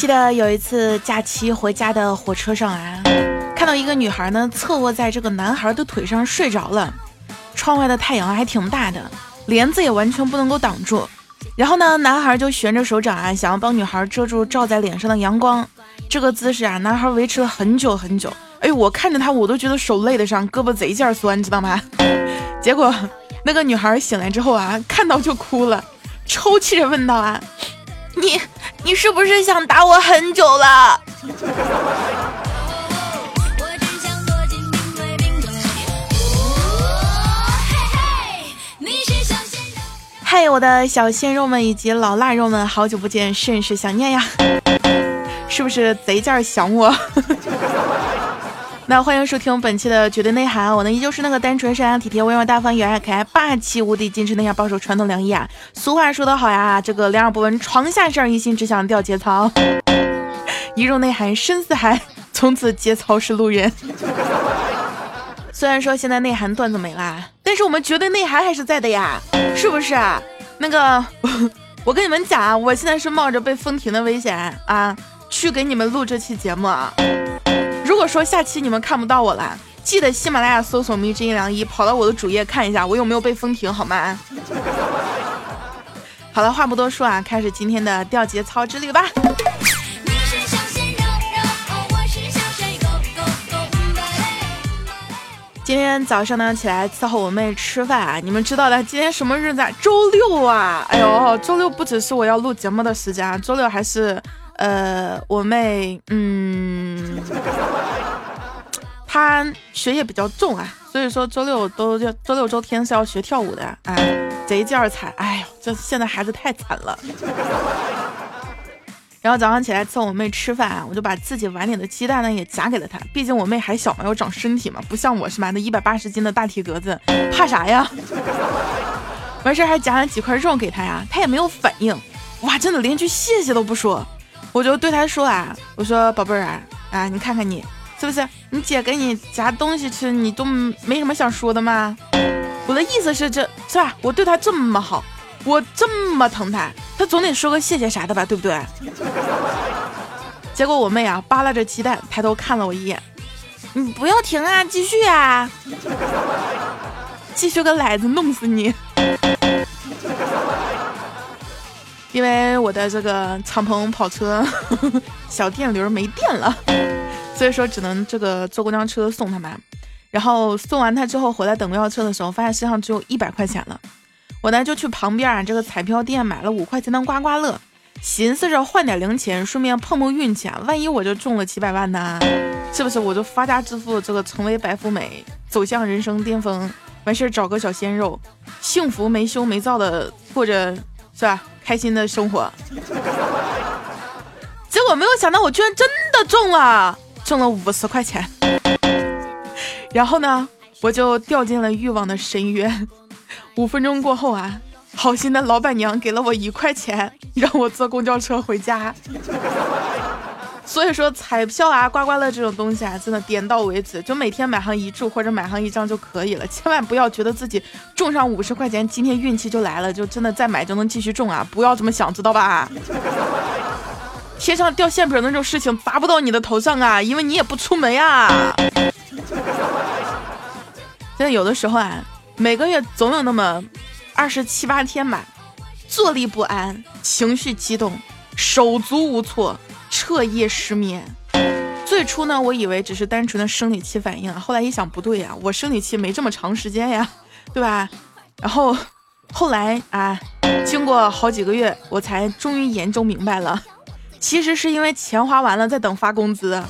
记得有一次假期回家的火车上啊，看到一个女孩呢侧卧在这个男孩的腿上睡着了，窗外的太阳还挺大的，帘子也完全不能够挡住。然后呢，男孩就悬着手掌啊，想要帮女孩遮住照在脸上的阳光。这个姿势啊，男孩维持了很久很久。哎，我看着他，我都觉得手累得上，胳膊贼劲酸，你知道吗？结果那个女孩醒来之后啊，看到就哭了，抽泣着问道啊：“你是不是想打我很久了？”嗨，我的小鲜肉们以及老腊肉们，好久不见，甚是想念呀！是不是贼劲想我？那欢迎收听本期的绝对内涵，我呢依旧是那个单纯善良体贴温柔大方有爱可爱霸气无敌矜持内向保守传统良医啊。俗话说得好呀，这个两耳不闻床下事儿，一心只想掉节操，一入内涵深似海，从此节操是路人。虽然说现在内涵段子没啦，但是我们绝对内涵还是在的呀，是不是啊？那个我跟你们讲啊，我现在是冒着被封停的危险啊去给你们录这期节目啊。如果说下期你们看不到我了，记得喜马拉雅搜索迷之音良医，跑到我的主页看一下我有没有被封停好吗？好了，话不多说啊，开始今天的掉节操之旅吧。今天早上呢起来伺候我妹吃饭啊，你们知道的，今天什么日子啊？周六啊！哎呦，周六不只是我要录节目的时间啊，周六还是我妹她学业比较重啊，所以说周六周天是要学跳舞的啊，贼劲儿惨！哎呦，这现在孩子太惨了。然后早上起来蹭我妹吃饭啊，我就把自己碗里的鸡蛋呢也夹给了她，毕竟我妹还小嘛，要长身体嘛，不像我是吧？那180斤的大体格子，怕啥呀？完事还夹了几块肉给她呀，她也没有反应，哇，真的连句谢谢都不说。我就对她说啊，我说宝贝儿啊，你看看你是不是？你姐给你夹东西吃，你都没什么想说的吗？我的意思是这是吧？我对她这么好。我这么疼他总得说个谢谢啥的吧，对不对？结果我妹啊扒拉着鸡蛋抬头看了我一眼，你不要停啊，继续啊，继续个奶子弄死你。因为我的这个敞篷跑车小电驴没电了，所以说只能这个坐公交车送他们。然后送完他之后回来等公交车的时候，发现身上只有100块钱了。我呢就去旁边啊这个彩票店买了5块钱的刮刮乐，寻思着换点零钱，顺便碰碰运气啊，万一我就中了几百万呢，是不是我就发家致富，这个成为白富美，走向人生巅峰，完事找个小鲜肉，幸福没羞没臊的过着是吧开心的生活。结果没有想到我居然真的中了50块钱，然后呢我就掉进了欲望的深渊。5分钟过后啊，好心的老板娘给了我1块钱，让我坐公交车回家。所以说彩票啊刮刮乐这种东西啊，真的点到为止，就每天买上1注或者买上1张就可以了，千万不要觉得自己中上50块钱今天运气就来了，就真的再买就能继续中啊，不要这么想，知道吧？天上掉馅饼的那种事情砸不到你的头上啊，因为你也不出门啊。现在有的时候啊，每个月总有那么27、8天吧，坐立不安，情绪激动，手足无措，彻夜失眠。最初呢，我以为只是单纯的生理期反应，后来一想不对呀，我生理期没这么长时间呀，对吧？然后后来啊，经过好几个月，我才终于研究明白了，其实是因为钱花完了，在等发工资。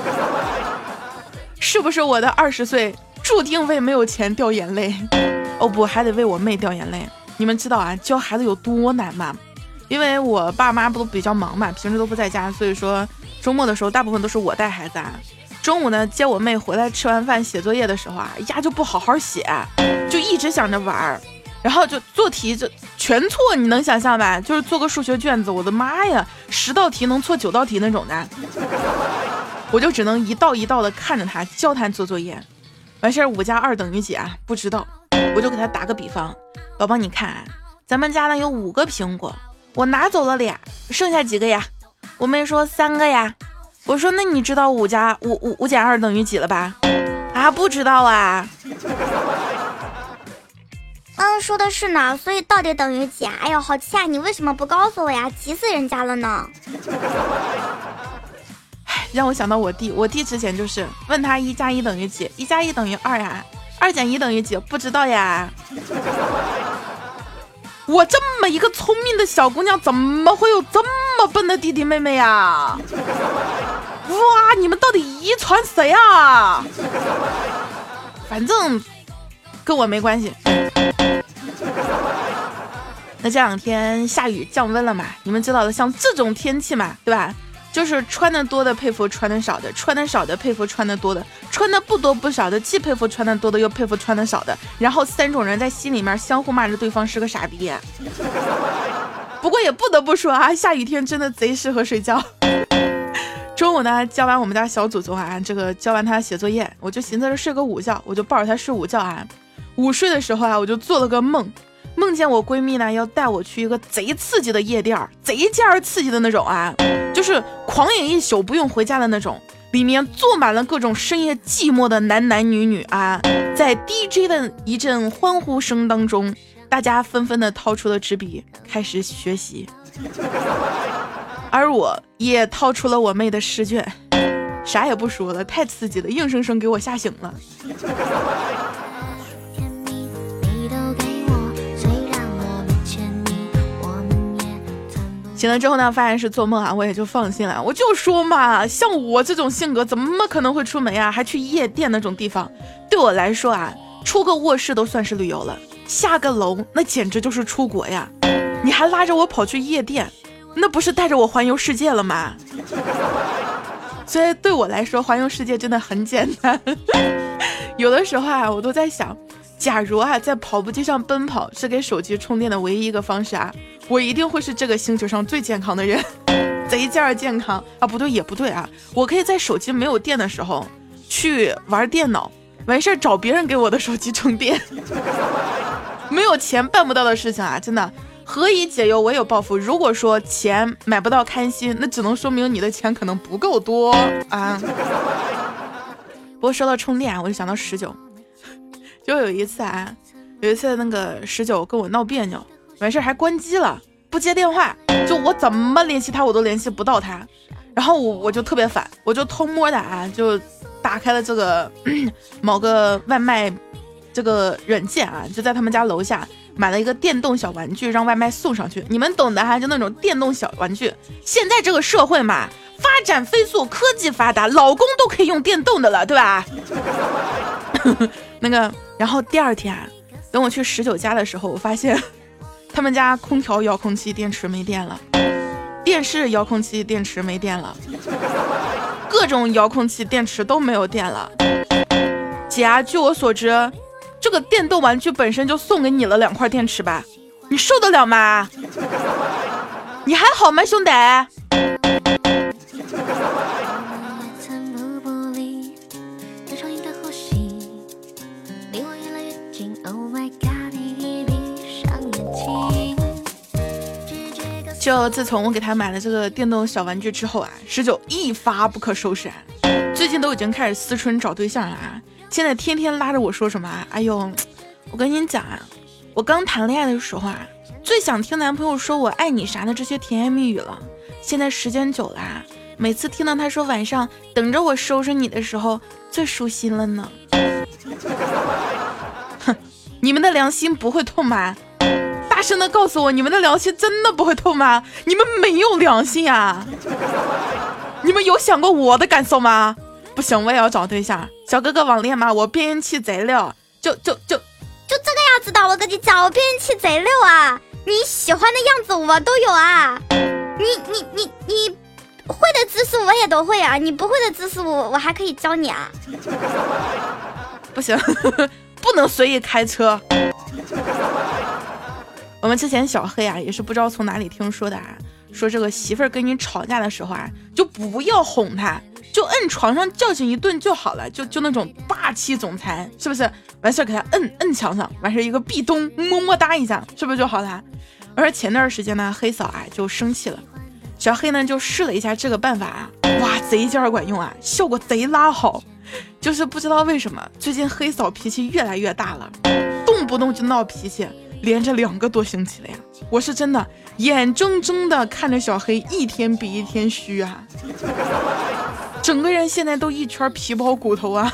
是不是我的20岁注定为没有钱掉眼泪？哦不，还得为我妹掉眼泪。你们知道啊，教孩子有多难吗？因为我爸妈不都比较忙嘛，平时都不在家，所以说周末的时候大部分都是我带孩子啊。中午呢接我妹回来，吃完饭写作业的时候啊，呀就不好好写，就一直想着玩，然后就做题就全错，你能想象吧？就是做个数学卷子，我的妈呀，10道题能错9道题那种的。我就只能一道一道的看着他，教他做作业。完事儿5加2等于几啊？不知道。我就给他打个比方，宝宝你看啊，咱们家呢有5个苹果，我拿走了2，剩下几个呀？ 我妹说3个呀。我说那你知道5减2等于几了吧？啊，不知道啊。 说的是呢，所以到底等于几啊？哎呦，好气啊！你为什么不告诉我呀？急死人家了呢！ 让我想到我弟之前就是问他1加1等于几，1加1等于2呀，2减1等于几？不知道呀。我这么一个聪明的小姑娘，怎么会有这么笨的弟弟妹妹呀？哇，你们到底遗传谁啊？反正跟我没关系。那这2天下雨降温了嘛，你们知道的，像这种天气嘛，对吧？就是穿的多的佩服穿的少的，穿的少的佩服穿的多的，穿的不多不少的既佩服穿的多的又佩服穿的少的，然后3种人在心里面相互骂着对方是个傻逼。不过也不得不说啊，下雨天真的贼适合睡觉。中午呢，教完我们家小祖宗啊，这个教完他写作业，我就寻思着睡个午觉，我就抱着他睡午觉啊。午睡的时候啊，我就做了个梦见我闺蜜呢要带我去一个贼刺激的夜店，贼劲儿刺激的那种啊，就是狂野一宿不用回家的那种，里面坐满了各种深夜寂寞的男女啊，在 DJ 的一阵欢呼声当中，大家纷纷的掏出了纸笔开始学习，而我也掏出了我妹的试卷，啥也不说了，太刺激了，硬生生给我吓醒了。醒了之后呢，发现是做梦啊，我也就放心了。我就说嘛，像我这种性格，怎么可能会出门呀？还去夜店那种地方，对我来说啊，出个卧室都算是旅游了，下个楼那简直就是出国呀！你还拉着我跑去夜店，那不是带着我环游世界了吗？所以对我来说，环游世界真的很简单。有的时候啊，我都在想，假如啊，在跑步机上奔跑是给手机充电的唯一一个方式啊，我一定会是这个星球上最健康的人，贼劲儿健康啊！不对也不对啊，我可以在手机没有电的时候去玩电脑，完事儿找别人给我的手机充电。没有钱办不到的事情啊，真的。何以解忧，唯有暴富。如果说钱买不到开心，那只能说明你的钱可能不够多啊。不过说到充电啊，我就想到19，就有一次那个19跟我闹别扭，完事还关机了，不接电话，就我怎么联系他我都联系不到他，然后我就特别烦，我就偷摸的啊，就打开了这个某个外卖这个软件啊，就在他们家楼下买了一个电动小玩具，让外卖送上去。你们懂的哈，就那种电动小玩具。现在这个社会嘛，发展飞速，科技发达，老公都可以用电动的了，对吧？那个，然后第2天啊，等我去19家的时候，我发现他们家空调遥控器电池没电了，电视遥控器电池没电了，各种遥控器电池都没有电了。姐啊，据我所知，这个电动玩具本身就送给你了2块电池吧，你受得了吗？你还好吗，兄弟？就自从我给他买了这个电动小玩具之后啊，19一发不可收拾啊，最近都已经开始思春找对象了啊，现在天天拉着我说什么啊，哎呦，我跟你讲啊，我刚谈恋爱的时候啊，最想听男朋友说我爱你啥的这些甜言蜜语了，现在时间久了啊，每次听到他说晚上等着我收拾你的时候，最舒心了呢。哼，你们的良心不会痛吗？大声的告诉我，你们的良心真的不会痛吗？你们没有良心啊！你们有想过我的感受吗？不行，我也要找对象。小哥哥网恋嘛，我变音器贼溜，就这个样子的。我跟你讲，我变音器贼溜啊！你喜欢的样子我都有啊！你会的姿势我也都会啊！你不会的姿势我还可以教你啊！ 不行，不能随意开车。我们之前小黑啊，也是不知道从哪里听说的啊，说这个媳妇儿跟你吵架的时候啊，就不要哄她，就摁床上教训一顿就好了，就那种霸气总裁，是不是？完事给他摁墙上，完事一个壁咚么么哒一下，是不是就好了？而前段时间呢，黑嫂啊就生气了， 小黑呢就试了一下这个办法啊，哇，贼劲儿管用啊，效果贼拉好。就是不知道为什么最近黑嫂脾气越来越大了，动不动就闹脾气，连着2个多星期了呀。我是真的眼睁睁的看着小黑一天比一天虚啊，整个人现在都一圈皮包骨头啊。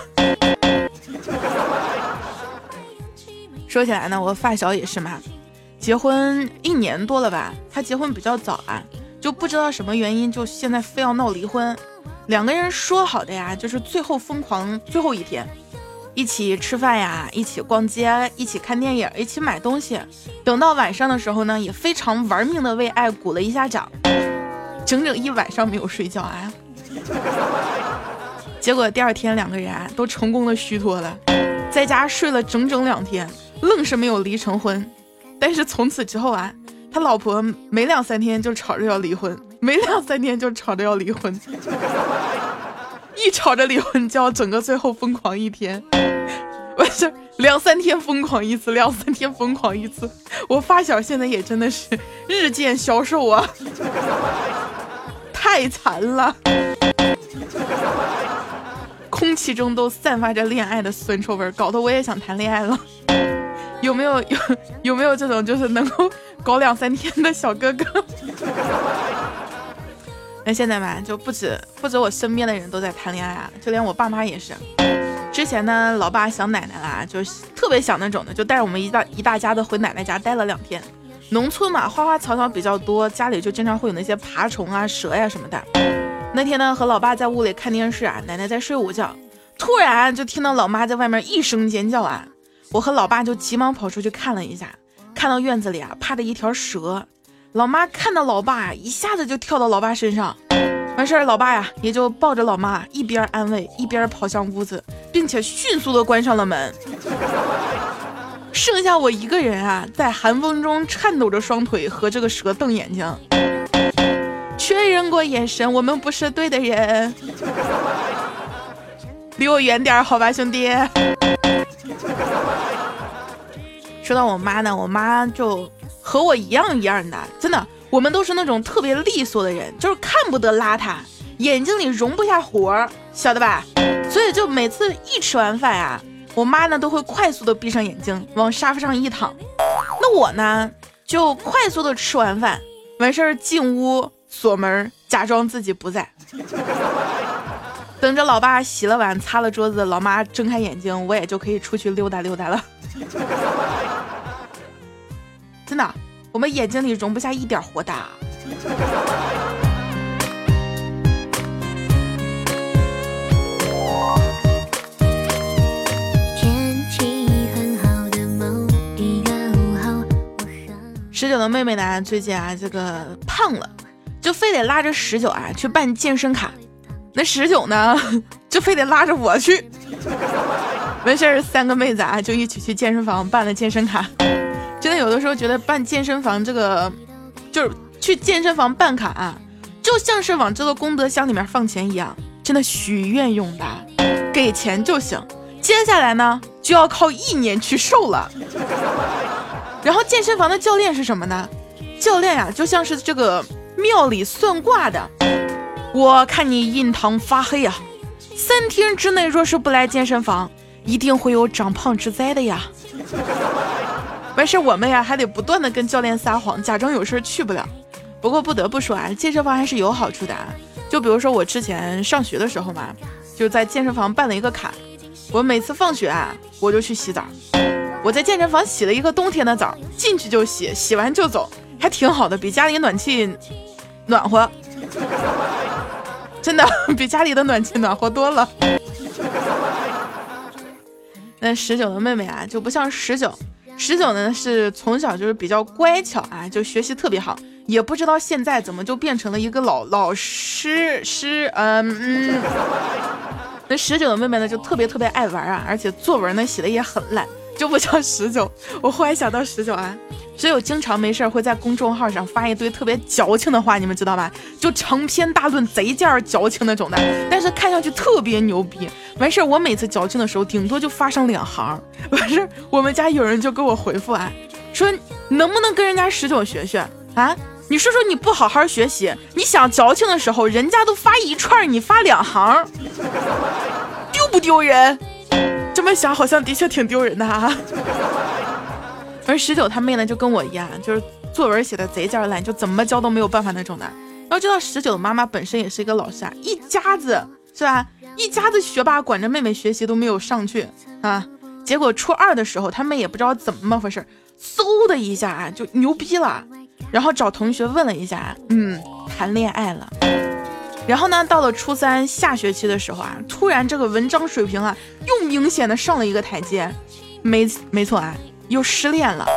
说起来呢，我发小也是嘛，结婚1年多了吧，他结婚比较早啊，就不知道什么原因，就现在非要闹离婚。2个人说好的呀，就是最后疯狂最后一天，一起吃饭呀，一起逛街，一起看电影，一起买东西。等到晚上的时候呢，也非常玩命的为爱鼓了一下掌，整整1晚上没有睡觉啊。结果第2天2个人啊都成功的虚脱了，在家睡了整整2天，愣是没有离成婚。但是从此之后啊，他老婆没2、3天就吵着要离婚，没2、3天就吵着要离婚，一吵着离婚就要整个最后疯狂1天，不是2、3天疯狂一次，2、3天疯狂一次。我发小现在也真的是日渐消瘦啊，太惨了，空气中都散发着恋爱的酸臭味，搞得我也想谈恋爱了。有没有这种就是能够搞2、3天的小哥哥？那现在嘛，就不止我身边的人都在谈恋爱啊，就连我爸妈也是。之前呢，老爸想奶奶啦，就是特别想那种的，就带着我们一大家子回奶奶家待了2天。农村嘛，花花草草比较多，家里就经常会有那些爬虫啊、蛇呀什么的。那天呢，和老爸在屋里看电视啊，奶奶在睡午觉，突然就听到老妈在外面一声尖叫啊。我和老爸就急忙跑出去看了一下，看到院子里啊趴着一条蛇。老妈看到老爸一下子就跳到老爸身上，完事儿老爸呀也就抱着老妈一边安慰一边跑向屋子，并且迅速的关上了门。剩下我一个人啊在寒风中颤抖着双腿和这个蛇瞪眼睛。确认过眼神，我们不是对的人，离我远点好吧兄弟。说到我妈呢，我妈就和我一样的，真的，我们都是那种特别利索的人，就是看不得邋遢，眼睛里容不下活，晓得吧？所以就每次一吃完饭啊，我妈呢都会快速的闭上眼睛，往沙发上一躺。那我呢就快速的吃完饭，完事儿进屋锁门，假装自己不在。等着老爸洗了碗擦了桌子，老妈睁开眼睛，我也就可以出去溜达溜达了。真的，我们眼睛里容不下一点活的。19的妹妹呢，最近啊这个胖了，就非得拉着19啊去办健身卡。那19呢就非得拉着我去。完事儿3个妹子啊就一起去健身房办了健身卡。真的有的时候觉得办健身房这个就是去健身房办卡啊，就像是往这个功德箱里面放钱一样，真的许愿用的，给钱就行。接下来呢就要靠1年去瘦了。然后健身房的教练是什么呢？教练呀就像是这个庙里算卦的，我看你印堂发黑啊，3天之内若是不来健身房，一定会有长胖之灾的呀。完事我们呀还得不断的跟教练撒谎，假装有事去不了。不过不得不说啊，健身房还是有好处的啊。就比如说我之前上学的时候嘛，就在健身房办了一个卡，我每次放学啊我就去洗澡。我在健身房洗了一个冬天的澡，进去就洗，洗完就走，还挺好的，比家里暖气暖和。真的比家里的暖气暖和多了。那19的妹妹啊就不像19呢是从小就是比较乖巧啊，就学习特别好，也不知道现在怎么就变成了一个老师。那19的妹妹呢就特别爱玩啊，而且作文呢写的也很烂，就不像19。我忽然想到19啊，19经常没事会在公众号上发一堆特别矫情的话，你们知道吧？就长篇大论贼劲儿矫情那种的，但是看上去特别牛逼。完事我每次矫情的时候顶多就发上2行，完事我们家有人就给我回复啊，说能不能跟人家19学学啊？ 你说说你不好好学习，你想矫情的时候，人家都发一串，你发2行，丢不丢人？这么想好像的确挺丢人的啊。而19他妹呢就跟我一样，就是作文写的贼劲烂，就怎么教都没有办法那种的。要知道19的妈妈本身也是一个老师啊，一家子是吧？一家子学霸管着妹妹学习都没有上去啊。结果初2的时候，他妹也不知道怎么回事，嗖的一下啊就牛逼了，然后找同学问了一下，谈恋爱了。然后呢，到了初3下学期的时候啊，突然这个文章水平啊又明显的上了一个台阶，没错啊，又失恋了。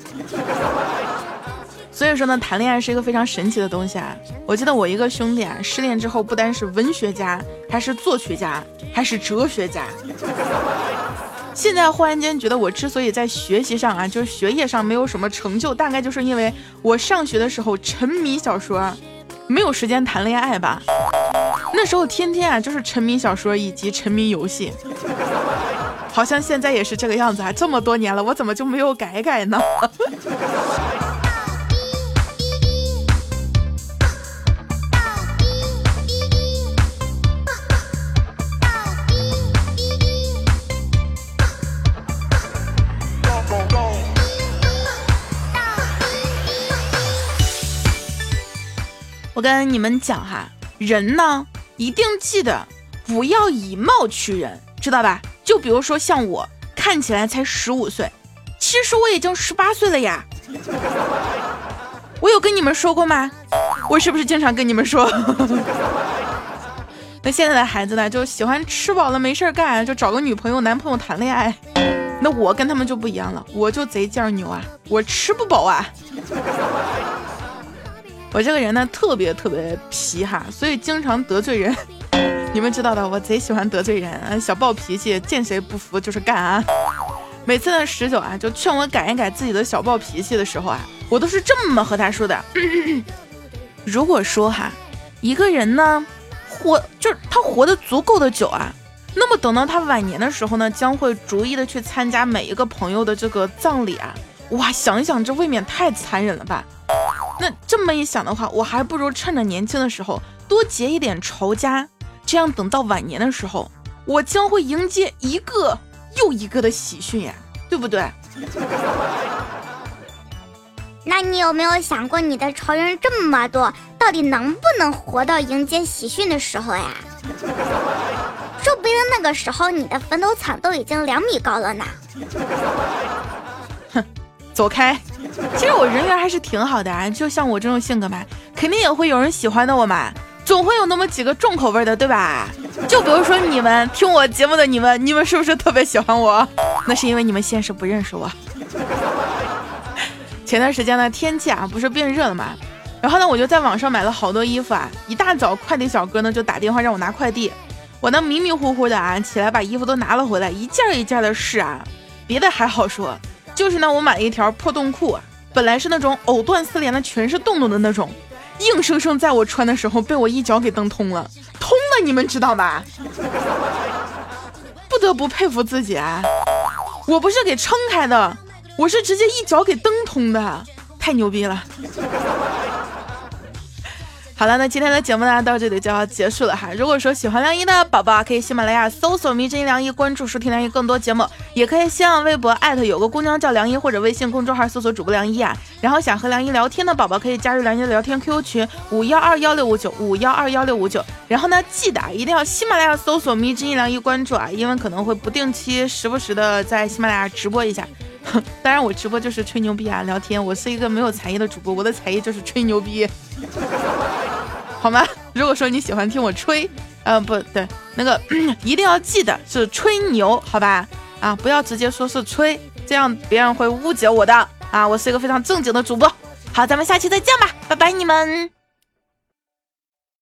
所以说呢，谈恋爱是一个非常神奇的东西啊。我记得我一个兄弟啊，失恋之后不单是文学家，还是作曲家，还是哲学家。现在忽然间觉得我之所以在学习上啊，就是学业上没有什么成就，大概就是因为我上学的时候沉迷小说，没有时间谈恋爱吧。那时候天天啊就是沉迷小说以及沉迷游戏，好像现在也是这个样子啊。这么多年了，我怎么就没有改呢？我跟你们讲哈，人呢一定记得不要以貌取人，知道吧？就比如说像我，看起来才15岁，其实我已经18岁了呀。我有跟你们说过吗？我是不是经常跟你们说？那现在的孩子呢，就喜欢吃饱了没事干，就找个女朋友男朋友谈恋爱。那我跟他们就不一样了，我就贼劲牛啊，我吃不饱啊。我这个人呢特别皮哈，所以经常得罪人。你们知道的，我贼喜欢得罪人，小暴脾气，见谁不服就是干啊。每次呢19啊就劝我改一改自己的小暴脾气的时候啊，我都是这么和他说的。如果说哈一个人呢就是他活得足够的久啊，那么等到他晚年的时候呢，将会逐一的去参加每一个朋友的这个葬礼啊。哇，想一想这未免太残忍了吧。那这么一想的话，我还不如趁着年轻的时候多结一点仇家，这样等到晚年的时候，我将会迎接一个又一个的喜讯呀，对不对？ 那你有没有想过，你的仇人这么多，到底能不能活到迎接喜讯的时候呀？说不定那个时候你的坟头草都已经2米高了呢。 哼，走开。其实我人缘还是挺好的啊，就像我这种性格嘛，肯定也会有人喜欢的我嘛，总会有那么几个重口味的，对吧？就比如说你们听我节目的你们是不是特别喜欢我？那是因为你们现实不认识我。前段时间呢，天气啊不是变热了嘛，然后呢我就在网上买了好多衣服啊，一大早快递小哥呢就打电话让我拿快递，我呢迷迷糊糊的啊起来把衣服都拿了回来，一件一件的试啊，别的还好说，就是呢我买了一条破洞裤啊，本来是那种藕断丝连的全是洞洞的那种，硬生生在我穿的时候被我一脚给蹬通了，你们知道吧？不得不佩服自己啊，我不是给撑开的，我是直接一脚给蹬通的，太牛逼了。好了，那今天的节目呢到这里就要结束了哈。如果说喜欢梁一的宝宝，可以喜马拉雅搜索迷之音梁一，关注收听梁一更多节目，也可以新浪微博有个姑娘叫梁一，或者微信公众号搜索主播梁一啊。然后想和梁一聊天的宝宝可以加入梁一的聊天 QQ 群5121659，5121659。然后呢记得一定要喜马拉雅搜索迷之音梁一关注啊，因为可能会不定期时不时的在喜马拉雅直播一下。当然我直播就是吹牛逼啊，聊天，我是一个没有才艺的主播，我的才艺就是吹牛逼。好吗？如果说你喜欢听我吹，不对，那个一定要记得是吹牛，好吧？啊，不要直接说是吹，这样别人会误解我的啊！我是一个非常正经的主播。好，咱们下期再见吧，拜拜你们。